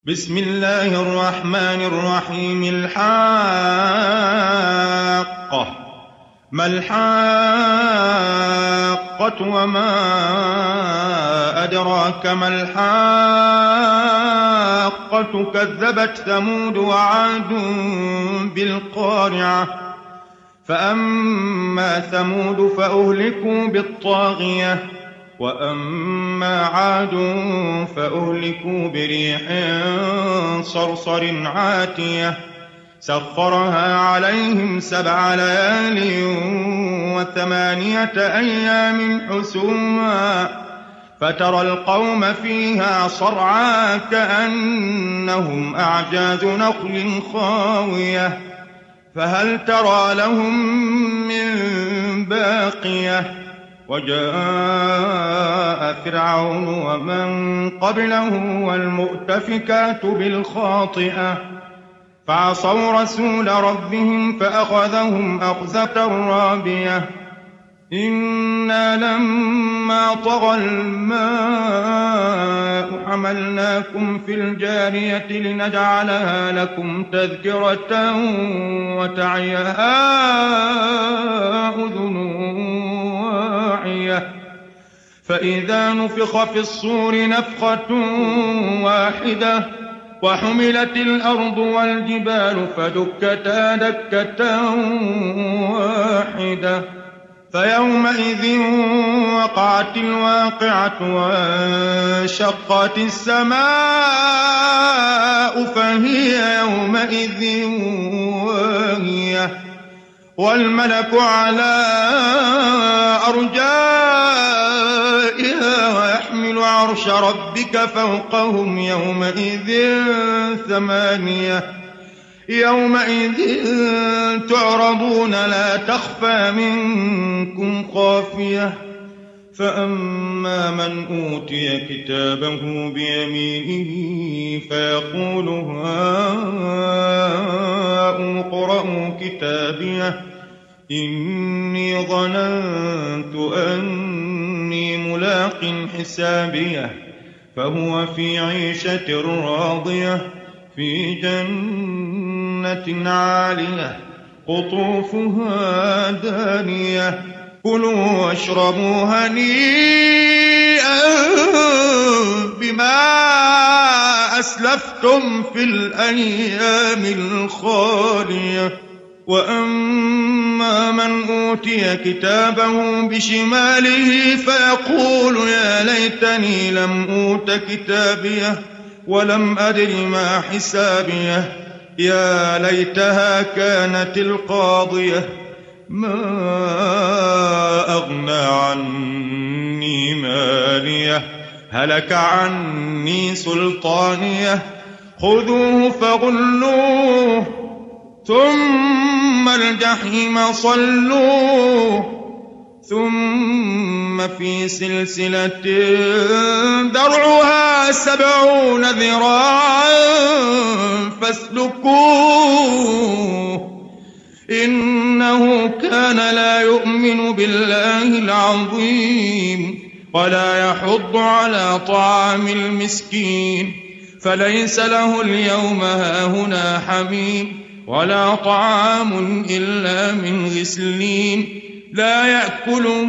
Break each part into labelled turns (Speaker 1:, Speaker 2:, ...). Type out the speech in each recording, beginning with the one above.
Speaker 1: بسم الله الرحمن الرحيم. الحاقة. ما الحاقة وما أدراك ما الحاقة. كذبت ثمود وعاد بالقارعة. فأما ثمود فأهلكوا بالطاغية، وأما عاد فأهلكوا بريح صرصر عاتية سخرها عليهم 7 ليال و8 أيام حسوما، فترى القوم فيها صرعى كأنهم أعجاز نخل خاوية، فهل ترى لهم من باقية. وجاء فرعون ومن قبله والمؤتفكات بالخاطئة، فعصوا رسول ربهم فأخذهم أخذة رابية. إنا لما طغى الماء حملناكم في الجارية لنجعلها لكم تذكرة وتعيها أذن واعية. فإذا نفخ في الصور نفخة واحدة وحملت الأرض والجبال فدكتا دكة واحدة، فيومئذ وقعت الواقعة وانشقت السماء فهي يومئذ واهية، والملك على أرجائها ويحمل عرش ربك فوقهم يومئذ 8. يومئذ تعرضون لا تخفى منكم خافية. فأما من أوتي كتابه بيمينه فيقول هاؤم اقرءوا كتابيه إني ظننت أني ملاق حسابيه، فهو في عيشة راضية في جنة عالية قطوفها دانية. كلوا واشربوا هنيئا بما أسلفتم في الأيام الخالية. وأما من أوتي كتابه بشماله فيقول يا ليتني لم أوت كتابيه ولم أدر ما حسابيه، يا ليتها كانت القاضية ما أغنى عني ماليه هلك عني سلطانيه. خذوه فغلوه ثم الجحيم صلوه ثم في سلسلة درعها 70 ذراعا فاسلكوه إنه كان لا يؤمن بالله العظيم ولا يحض على طعام المسكين، فليس له اليوم هاهنا حميم ولا طعام إلا من غسلين لا يأكله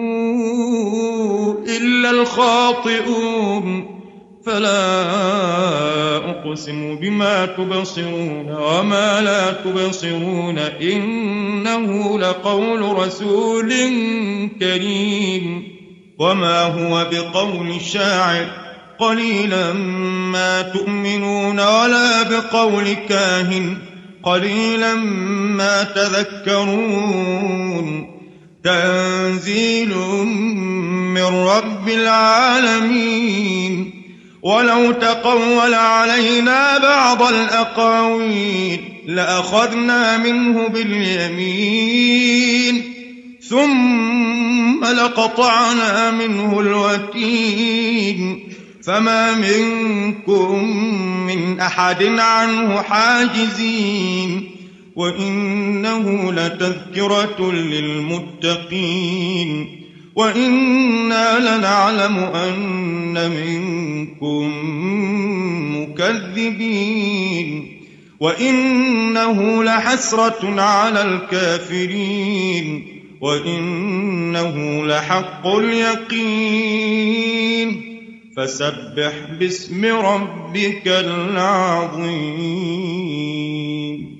Speaker 1: إلا الخاطئون. فلا أقسم بما تبصرون وما لا تبصرون إنه لقول رسول كريم. وما هو بقول شاعر قليلا ما تؤمنون ولا بقول كاهن قليلا ما تذكرون. تنزيل من رب العالمين. ولو تقول علينا بعض الأقاويل لأخذنا منه باليمين ثم لقطعنا منه الوتين، فما منكم من أحد عنه حاجزين. وإنه لتذكرة للمتقين وإنا لنعلم أن منكم مكذبين وإنه لحسرة على الكافرين وإنه لحق اليقين فسبح باسم ربك العظيم.